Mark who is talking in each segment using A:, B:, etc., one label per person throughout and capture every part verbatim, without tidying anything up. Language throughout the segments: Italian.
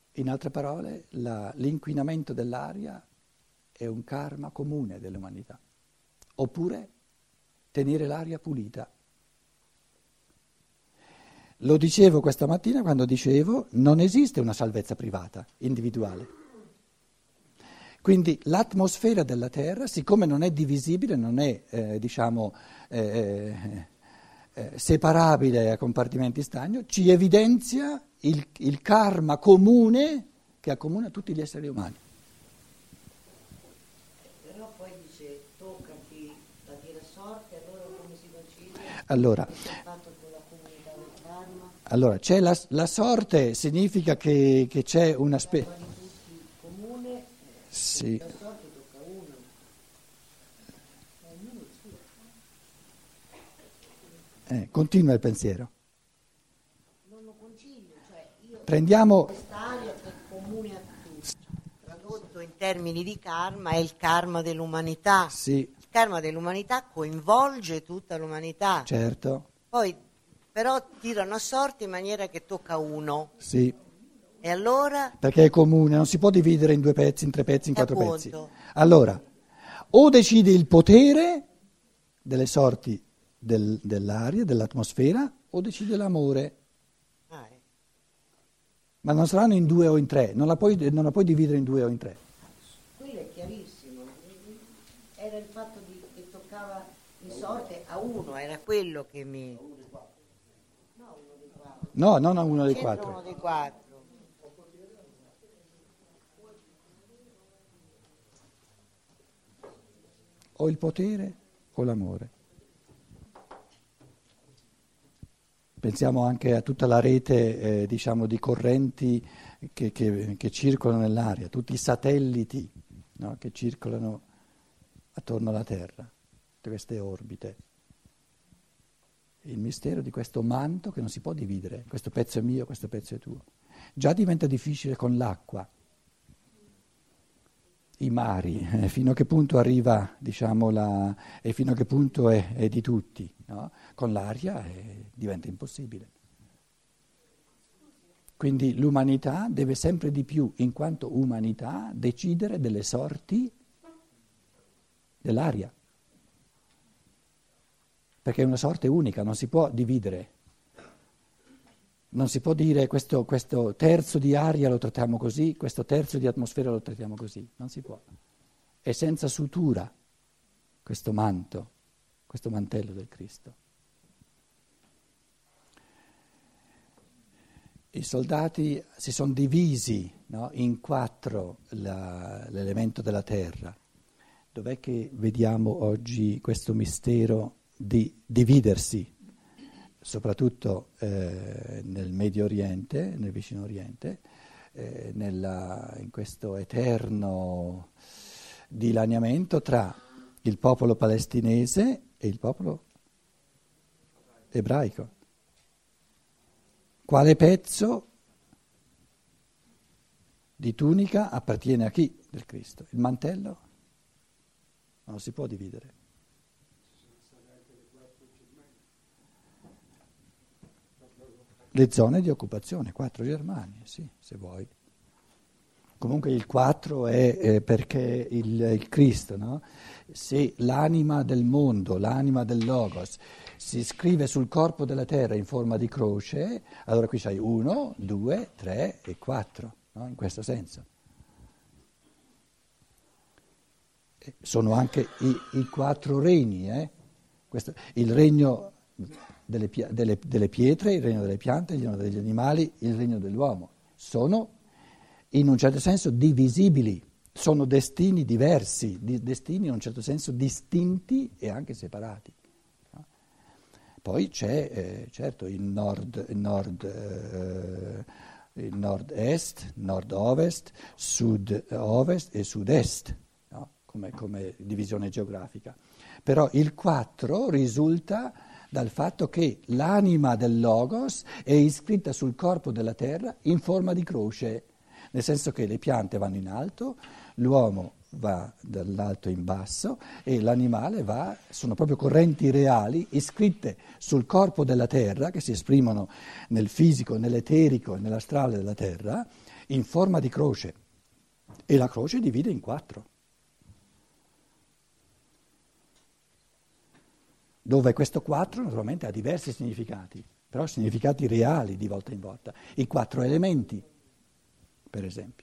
A: In altre parole, la, l'inquinamento dell'aria è un karma comune dell'umanità. Oppure tenere l'aria pulita. Lo dicevo questa mattina quando dicevo non esiste una salvezza privata, individuale. Quindi l'atmosfera della Terra, siccome non è divisibile, non è eh, diciamo eh, eh, separabile a compartimenti stagni, ci evidenzia il, il karma comune che accomuna tutti gli esseri umani.
B: Però poi dice toccati la tira sorte, allora come si concilia?
A: Allora, allora c'è la, la sorte, significa che, che c'è una specie.
B: Comune,
A: sì.
B: La sorte tocca uno. Ognuno il suo.
A: Eh, continua il pensiero.
B: Non lo concilio, cioè io
A: Prendiamo
B: quest'aria che è comune a tutti. Tradotto in termini di karma è il karma dell'umanità.
A: Sì.
B: Il karma dell'umanità coinvolge tutta l'umanità.
A: Certo.
B: Poi però tirano a sorte in maniera che tocca uno.
A: Sì.
B: E allora?
A: Perché è comune, non si può dividere in due pezzi, in tre pezzi, in quattro
B: appunto.
A: pezzi. Allora, o decide il potere delle sorti del, dell'aria, dell'atmosfera, o decide l'amore.
B: Ah, eh.
A: Ma non saranno in due o in tre, non la puoi, non la puoi dividere in due o in tre.
B: Quello è chiarissimo. Era il fatto di, che toccava in sorte a uno, era quello che mi...
A: No, non a uno dei
B: C'entra
A: quattro.
B: uno dei quattro.
A: O il potere o l'amore. Pensiamo anche a tutta la rete, eh, diciamo, di correnti che, che, che circolano nell'aria, tutti i satelliti, no, che circolano attorno alla Terra, tutte queste orbite. Il mistero di questo manto che non si può dividere, questo pezzo è mio, questo pezzo è tuo. Già diventa difficile con l'acqua, i mari, eh, fino a che punto arriva, diciamo, la, e fino a che punto è, è di tutti, no? Con l'aria eh, diventa impossibile. Quindi l'umanità deve sempre di più, in quanto umanità, decidere delle sorti dell'aria. Perché è una sorte unica, non si può dividere. Non si può dire questo, questo terzo di aria lo trattiamo così, questo terzo di atmosfera lo trattiamo così. Non si può. È senza sutura questo manto, questo mantello del Cristo. I soldati si sono divisi, no, in quattro la, l'elemento della terra. Dov'è che vediamo oggi questo mistero di dividersi, soprattutto eh, nel Medio Oriente, nel Vicino Oriente, eh, nella, in questo eterno dilaniamento tra il popolo palestinese e il popolo ebraico. Quale pezzo di tunica appartiene a chi del Cristo? Il mantello? Non si può dividere. Le zone di occupazione, quattro Germanie, sì, se vuoi. Comunque il quattro è, è perché il, il Cristo, no? Se l'anima del mondo, l'anima del Logos, si scrive sul corpo della terra in forma di croce, allora qui c'hai uno, due, tre e quattro, no? In questo senso. E sono anche i, i quattro regni, eh? Questo, il regno delle, delle, delle pietre, il regno delle piante, il regno degli animali, il regno dell'uomo. Sono in un certo senso divisibili, sono destini diversi, destini in un certo senso distinti e anche separati. No? Poi c'è eh, certo il nord, il nord, eh, il nord-est, nord-ovest, sud-ovest e sud-est, no? come, come divisione geografica. Però il quattro risulta dal fatto che l'anima del Logos è iscritta sul corpo della terra in forma di croce. Nel senso che le piante vanno in alto, l'uomo va dall'alto in basso e l'animale va, sono proprio correnti reali iscritte sul corpo della terra che si esprimono nel fisico, nell'eterico e nell'astrale della terra in forma di croce e la croce divide in quattro, dove questo quattro naturalmente ha diversi significati, però significati reali di volta in volta, i quattro elementi per esempio.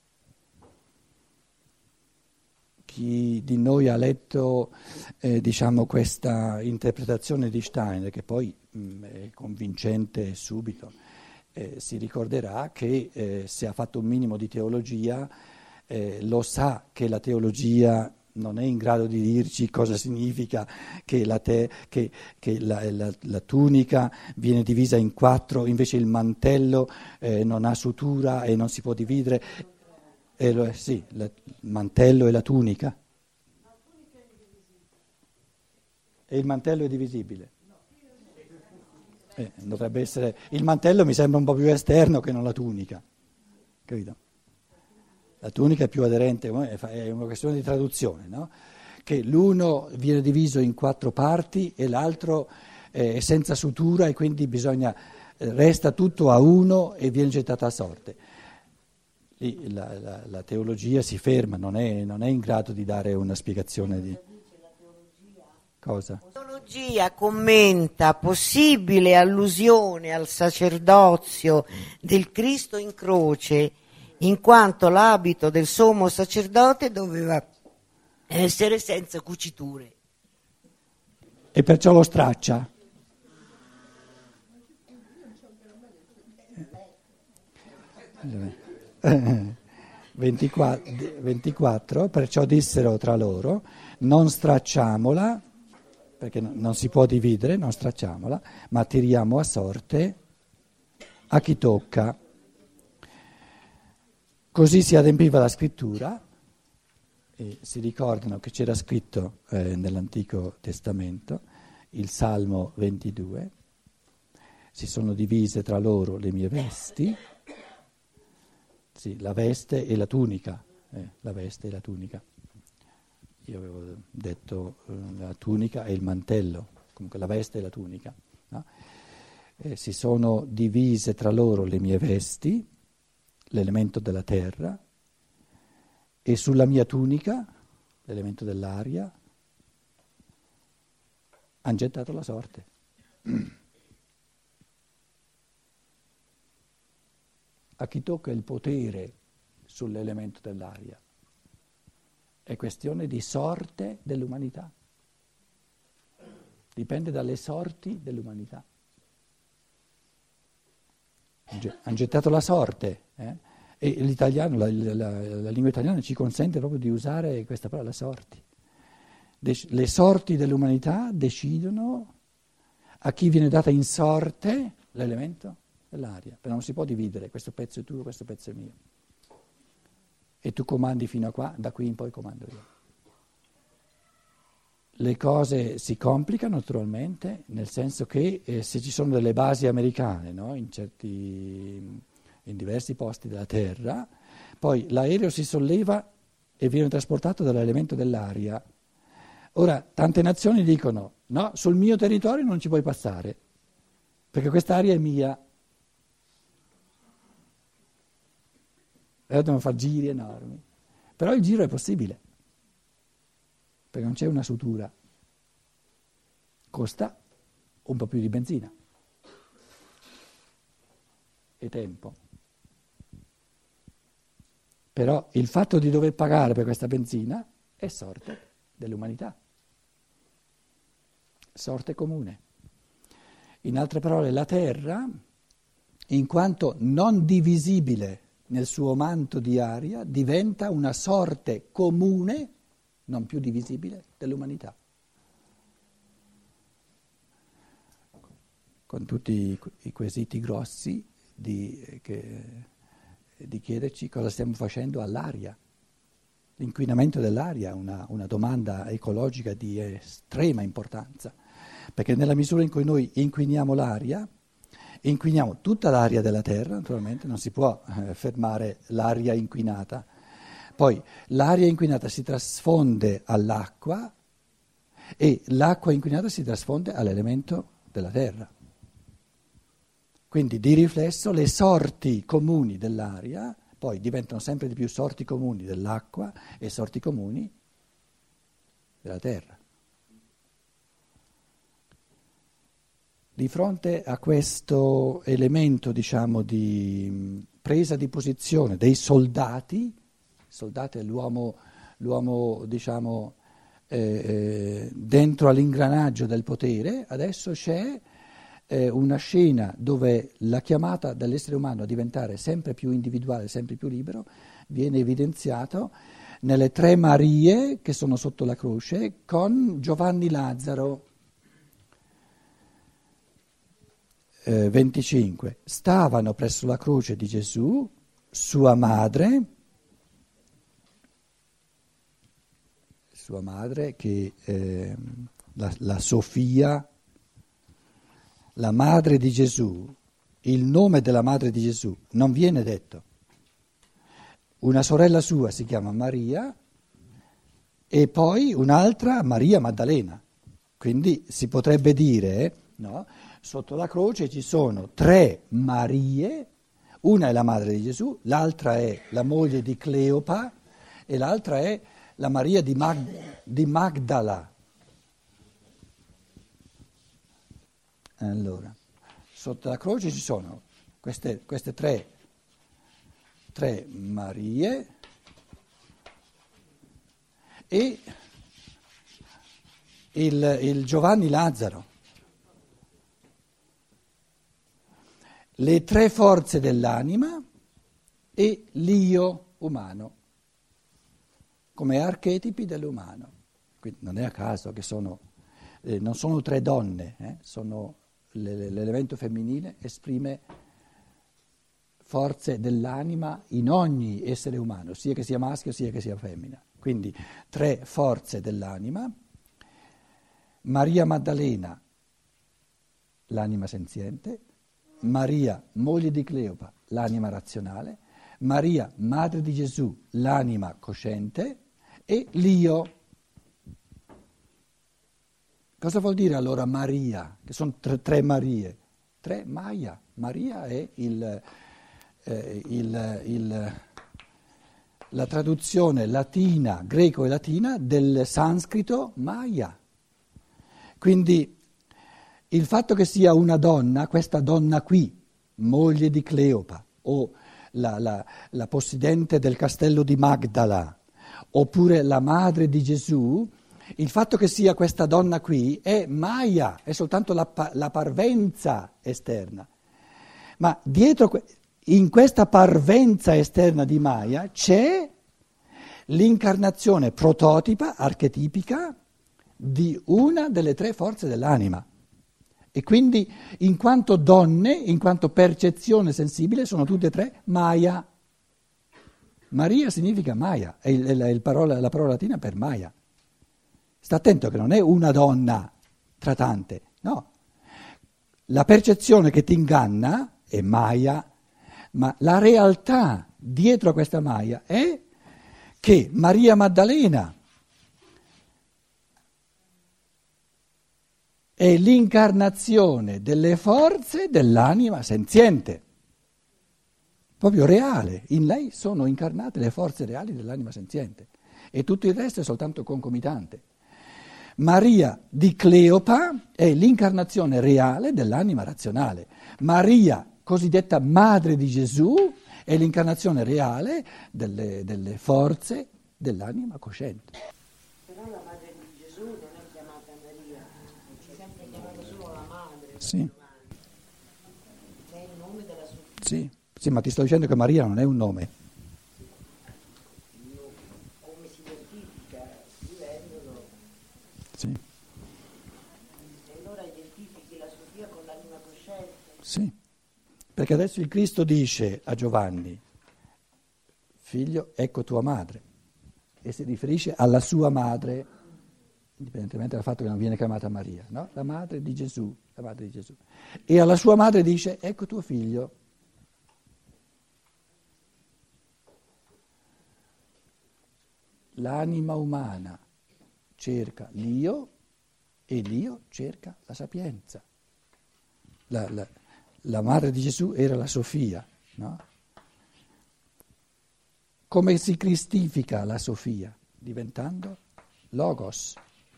A: Chi di noi ha letto eh, diciamo, questa interpretazione di Steiner, che poi mh, è convincente subito, eh, si ricorderà che eh, se ha fatto un minimo di teologia eh, lo sa che la teologia non è in grado di dirci cosa significa che la, te, che, che la, la, la tunica viene divisa in quattro, invece il mantello eh, non ha sutura e non si può dividere. Eh, lo, sì, la, il mantello e la tunica. La tunica è indivisibile. E il mantello è divisibile? No. Eh, dovrebbe essere, il mantello mi sembra un po' più esterno che non la tunica, capito? La tunica è più aderente, è una questione di traduzione, no? Che l'uno viene diviso in quattro parti e l'altro è senza sutura e quindi bisogna, resta tutto a uno e viene gettato a sorte. La, la, la teologia si ferma, non è, non è in grado di dare una spiegazione di cosa?
B: La teologia commenta possibile allusione al sacerdozio del Cristo in croce, in quanto l'abito del sommo sacerdote doveva essere senza cuciture.
A: E perciò lo straccia. ventiquattro, ventiquattro, perciò dissero tra loro, non stracciamola, perché non si può dividere, non stracciamola, ma tiriamo a sorte a chi tocca. Così si adempiva la scrittura, e si ricordano che c'era scritto eh, nell'Antico Testamento, il Salmo ventidue, si sono divise tra loro le mie vesti. Sì, la veste e la tunica, eh, la veste e la tunica. Io avevo detto eh, la tunica e il mantello, comunque la veste e la tunica. No? Eh, si sono divise tra loro le mie vesti, l'elemento della terra, e sulla mia tunica, l'elemento dell'aria, hanno gettato la sorte. A chi tocca il potere sull'elemento dell'aria? È questione di sorte dell'umanità. Dipende dalle sorti dell'umanità. Hanno gettato la sorte. Eh? E l'italiano, la, la, la lingua italiana ci consente proprio di usare questa parola, sorti. De- le sorti dell'umanità decidono a chi viene data in sorte l'elemento dell'aria, però non si può dividere, questo pezzo è tuo, questo pezzo è mio. E tu comandi fino a qua, da qui in poi comando io. Le cose si complicano naturalmente, nel senso che eh, se ci sono delle basi americane, no, in certi, in diversi posti della Terra, poi l'aereo si solleva e viene trasportato dall'elemento dell'aria. Ora, tante nazioni dicono, no, sul mio territorio non ci puoi passare, perché quest'aria è mia. Allora devono fare giri enormi, però il giro è possibile, perché non c'è una sutura, costa un po' più di benzina e tempo, però il fatto di dover pagare per questa benzina è sorte dell'umanità, sorte comune. In altre parole, la terra, in quanto non divisibile nel suo manto di aria, diventa una sorte comune, non più divisibile, dell'umanità. Con tutti i quesiti grossi di, che, di chiederci cosa stiamo facendo all'aria. L'inquinamento dell'aria è una, una domanda ecologica di estrema importanza, perché nella misura in cui noi inquiniamo l'aria, inquiniamo tutta l'aria della terra, naturalmente non si può eh, fermare l'aria inquinata, Poi l'aria inquinata si trasfonde all'acqua e l'acqua inquinata si trasfonde all'elemento della terra. Quindi di riflesso le sorti comuni dell'aria poi diventano sempre di più sorti comuni dell'acqua e sorti comuni della terra. Di fronte a questo elemento, diciamo, di presa di posizione dei soldati, soldati è l'uomo, l'uomo diciamo, eh, dentro all'ingranaggio del potere, adesso c'è eh, una scena dove la chiamata dell'essere umano a diventare sempre più individuale, sempre più libero, viene evidenziato nelle tre Marie che sono sotto la croce con Giovanni Lazzaro. Eh, venticinque. Stavano presso la croce di Gesù, sua madre, sua madre che eh, la, la Sofia, la madre di Gesù, il nome della madre di Gesù non viene detto. Una sorella sua si chiama Maria e poi un'altra Maria Maddalena. Quindi si potrebbe dire, no? Sotto la croce ci sono tre Marie, una è la madre di Gesù, l'altra è la moglie di Cleopa e l'altra è la Maria di, Mag- di Magdala. Allora, sotto la croce ci sono queste, queste tre, tre Marie e il, il Giovanni Lazzaro. Le tre forze dell'anima e l'io umano, come archetipi dell'umano. Quindi non è a caso che sono, eh, non sono tre donne, eh, sono le, l'elemento femminile esprime forze dell'anima in ogni essere umano, sia che sia maschio sia che sia femmina. Quindi tre forze dell'anima, Maria Maddalena, l'anima senziente, Maria, moglie di Cleopa, l'anima razionale, Maria, madre di Gesù, l'anima cosciente e l'io. Cosa vuol dire allora Maria? Che sono tre, tre Marie. Tre Maia. Maria è il, eh, il, il, la traduzione latina, greco e latina del sanscrito Maya. Quindi il fatto che sia una donna, questa donna qui, moglie di Cleopa, o la, la, la possidente del castello di Magdala, oppure la madre di Gesù, il fatto che sia questa donna qui è Maya, è soltanto la, la parvenza esterna. Ma dietro, in questa parvenza esterna di Maya c'è l'incarnazione prototipa, archetipica, di una delle tre forze dell'anima. E quindi in quanto donne, in quanto percezione sensibile, sono tutte e tre Maya. Maria significa Maya, è, il, è il parola, la parola latina per Maya. Sta attento che non è una donna tra tante, no. La percezione che ti inganna è Maya, ma la realtà dietro a questa Maya è che Maria Maddalena è l'incarnazione delle forze dell'anima senziente, proprio reale. In lei sono incarnate le forze reali dell'anima senziente e tutto il resto è soltanto concomitante. Maria di Cleopa è l'incarnazione reale dell'anima razionale. Maria, cosiddetta madre di Gesù, è l'incarnazione reale delle, delle forze dell'anima cosciente.
B: Però la madre di Gesù non è chiamata Maria, è sempre chiamata solo la madre.
A: Sì.
B: È il nome della sua figlia.
A: Sì. Sì, ma ti sto dicendo che Maria non è un nome.
B: Come si identifica vivendolo?
A: Sì.
B: E allora identifichi la Sofia con l'anima cosciente?
A: Sì. Perché adesso il Cristo dice a Giovanni, figlio, ecco tua madre, e si riferisce alla sua madre, indipendentemente dal fatto che non viene chiamata Maria, no? La madre di Gesù, la madre di Gesù. E alla sua madre dice, ecco tuo figlio. l'anima umana cerca l'io e l'io cerca la sapienza. La, la, la madre di Gesù era la Sofia, no? Come si cristifica la Sofia? Diventando Logos.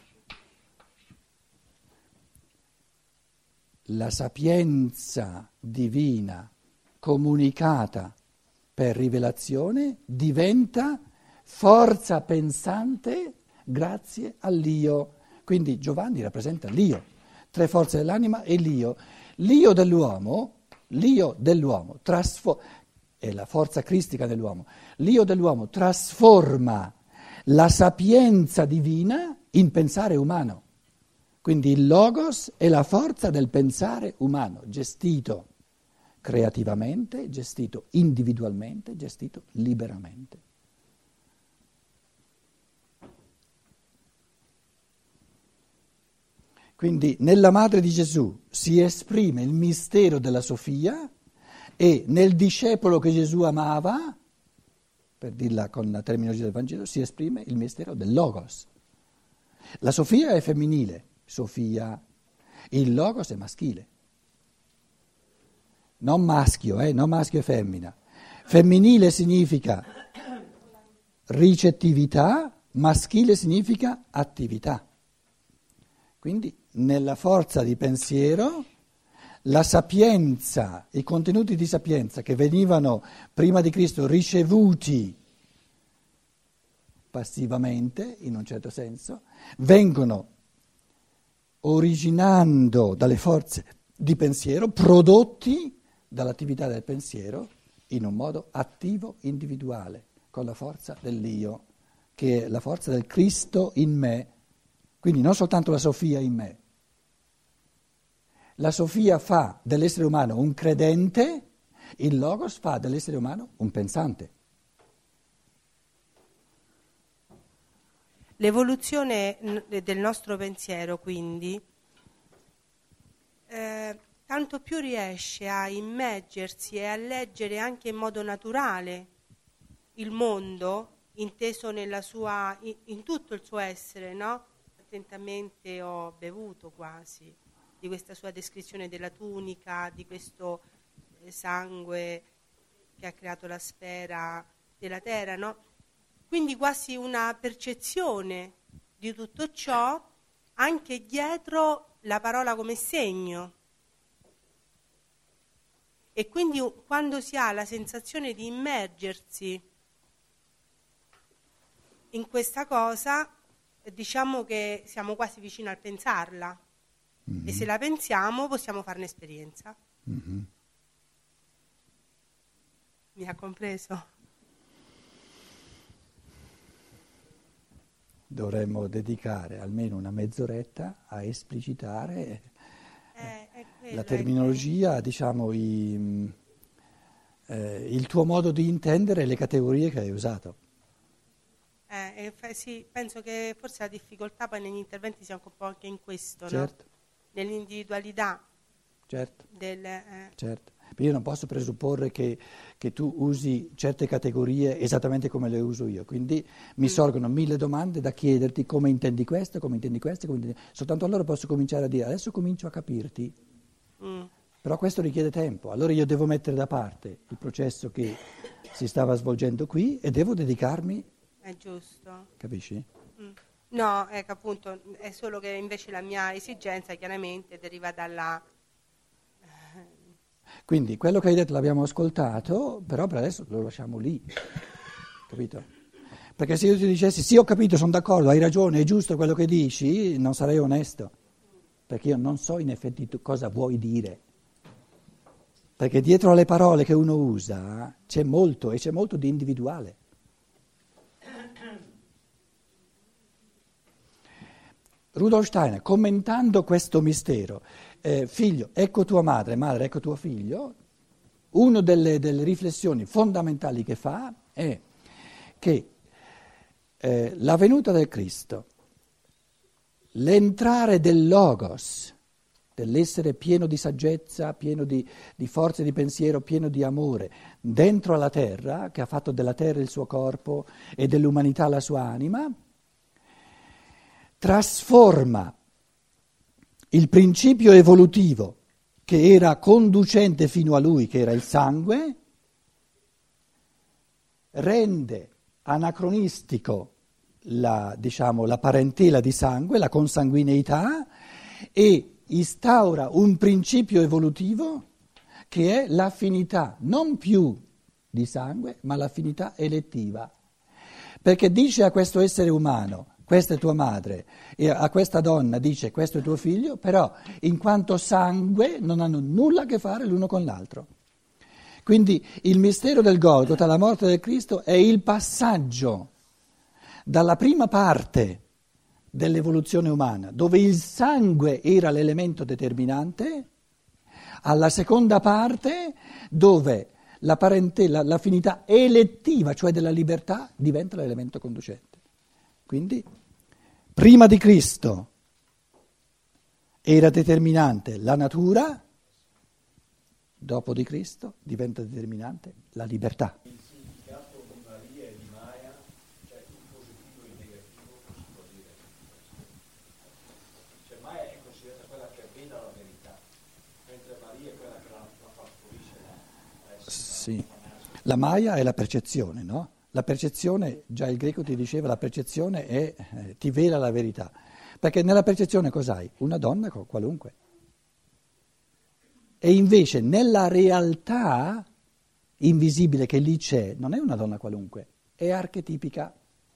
A: La sapienza divina comunicata per rivelazione diventa forza pensante grazie all'io. Quindi Giovanni rappresenta l'io, tre forze dell'anima e l'io. L'io dell'uomo, l'io dell'uomo trasfo- è la forza cristica dell'uomo. L'io dell'uomo trasforma la sapienza divina in pensare umano. Quindi il Logos è la forza del pensare umano, gestito creativamente, gestito individualmente, gestito liberamente. Quindi nella Madre di Gesù si esprime il mistero della Sofia e nel discepolo che Gesù amava, per dirla con la terminologia del Vangelo, si esprime il mistero del Logos. La Sofia è femminile, Sofia, il Logos è maschile. Non maschio, eh, non maschio e femmina. Femminile significa ricettività, maschile significa attività. Quindi nella forza di pensiero, la sapienza, i contenuti di sapienza che venivano prima di Cristo ricevuti passivamente, in un certo senso, vengono originando dalle forze di pensiero, prodotti dall'attività del pensiero in un modo attivo, individuale, con la forza dell'io, che è la forza del Cristo in me. Quindi non soltanto la Sofia in me. La Sofia fa dell'essere umano un credente, il Logos fa dell'essere umano un pensante.
C: L'evoluzione del nostro pensiero, quindi, eh, tanto più riesce a immergersi e a leggere anche in modo naturale il mondo, inteso nella sua, in, in tutto il suo essere, no? Attentamente ho bevuto quasi di questa sua descrizione della tunica, di questo eh, sangue che ha creato la sfera della terra, no? Quindi quasi una percezione di tutto ciò, anche dietro la parola come segno. E quindi quando si ha la sensazione di immergersi in questa cosa, diciamo che siamo quasi vicino al pensarla. Mm-hmm. E se la pensiamo possiamo farne esperienza. Mm-hmm. Mi ha compreso?
A: Dovremmo dedicare almeno una mezz'oretta a esplicitare
C: eh,
A: la terminologia, che... diciamo, i, eh, il tuo modo di intendere le categorie che hai usato.
C: Eh, eh, sì, penso che forse la difficoltà poi negli interventi sia un po' anche in questo,
A: certo.
C: No? Nell'individualità.
A: Certo.
C: Del, eh.
A: certo. Io non posso presupporre che, che tu usi certe categorie esattamente come le uso io, quindi mi mm. sorgono mille domande da chiederti come intendi questo, come intendi questo, come intendi... soltanto allora posso cominciare a dire adesso comincio a capirti, mm. però questo richiede tempo, allora io devo mettere da parte il processo che si stava svolgendo qui e devo dedicarmi.
C: È giusto.
A: Capisci?
C: Mm. No, ecco appunto, è solo che invece la mia esigenza chiaramente deriva dalla...
A: Quindi quello che hai detto l'abbiamo ascoltato, però per adesso lo lasciamo lì, capito? Perché se io ti dicessi sì ho capito, sono d'accordo, hai ragione, è giusto quello che dici, non sarei onesto, perché io non so in effetti tu cosa vuoi dire. Perché dietro alle parole che uno usa c'è molto e c'è molto di individuale. Rudolf Steiner, commentando questo mistero, eh, figlio, ecco tua madre, madre, ecco tuo figlio, una delle, delle riflessioni fondamentali che fa è che eh, la venuta del Cristo, l'entrare del Logos, dell'essere pieno di saggezza, pieno di, di forza di pensiero, pieno di amore, dentro alla terra, che ha fatto della terra il suo corpo e dell'umanità la sua anima, trasforma il principio evolutivo che era conducente fino a lui, che era il sangue, rende anacronistico la, diciamo, la parentela di sangue, la consanguineità, e instaura un principio evolutivo che è l'affinità non più di sangue, ma l'affinità elettiva. Perché dice a questo essere umano, questa è tua madre, e a questa donna dice, questo è tuo figlio, però in quanto sangue non hanno nulla a che fare l'uno con l'altro. Quindi il mistero del Golgota, la morte del Cristo, è il passaggio dalla prima parte dell'evoluzione umana, dove il sangue era l'elemento determinante, alla seconda parte, dove la parentela, l'affinità elettiva, cioè della libertà, diventa l'elemento conducente. Quindi, prima di Cristo era determinante la natura, dopo di Cristo diventa determinante la libertà.
D: Il significato di Maria e di Maya, cioè il positivo e il negativo, si può dire. Cioè Maya è considerata quella che veda la verità, mentre Maria è quella che la, la partorisce, la, la
A: Sì, la Maya è la percezione, no? La percezione, già il greco ti diceva, la percezione è, eh, ti vela la verità. Perché nella percezione cos'hai? Una donna qualunque. E invece nella realtà invisibile che lì c'è, non è una donna qualunque, è archetipica.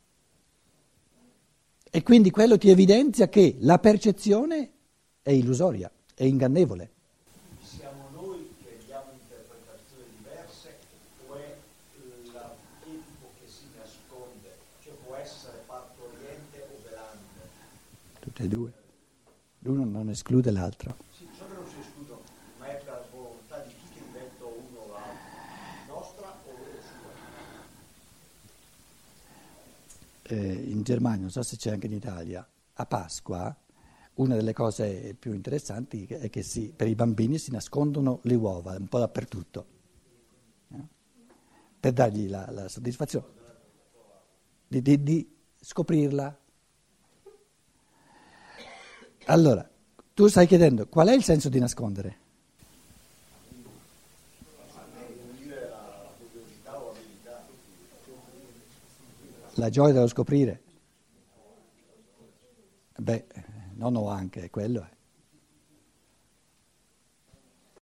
A: E quindi quello ti evidenzia che la percezione è illusoria, è ingannevole.
D: Siamo noi che diamo interpretazioni diverse o è l'archetipo che si nasconde? Cioè può essere partoriente o velante?
A: Tutte e due. L'uno non esclude l'altro.
D: Sì, so che non si escludono, ma è per volontà di chi che diventa uno o l'altro, nostra o sua?
A: Eh, in Germania, non so se c'è anche in Italia, a Pasqua una delle cose più interessanti è che si, per i bambini si nascondono le uova un po' dappertutto, eh? Per dargli la, la soddisfazione di, di, di scoprirla. Allora, tu stai chiedendo qual è il senso di nascondere? La gioia dello scoprire? Beh, non o anche, è quello è.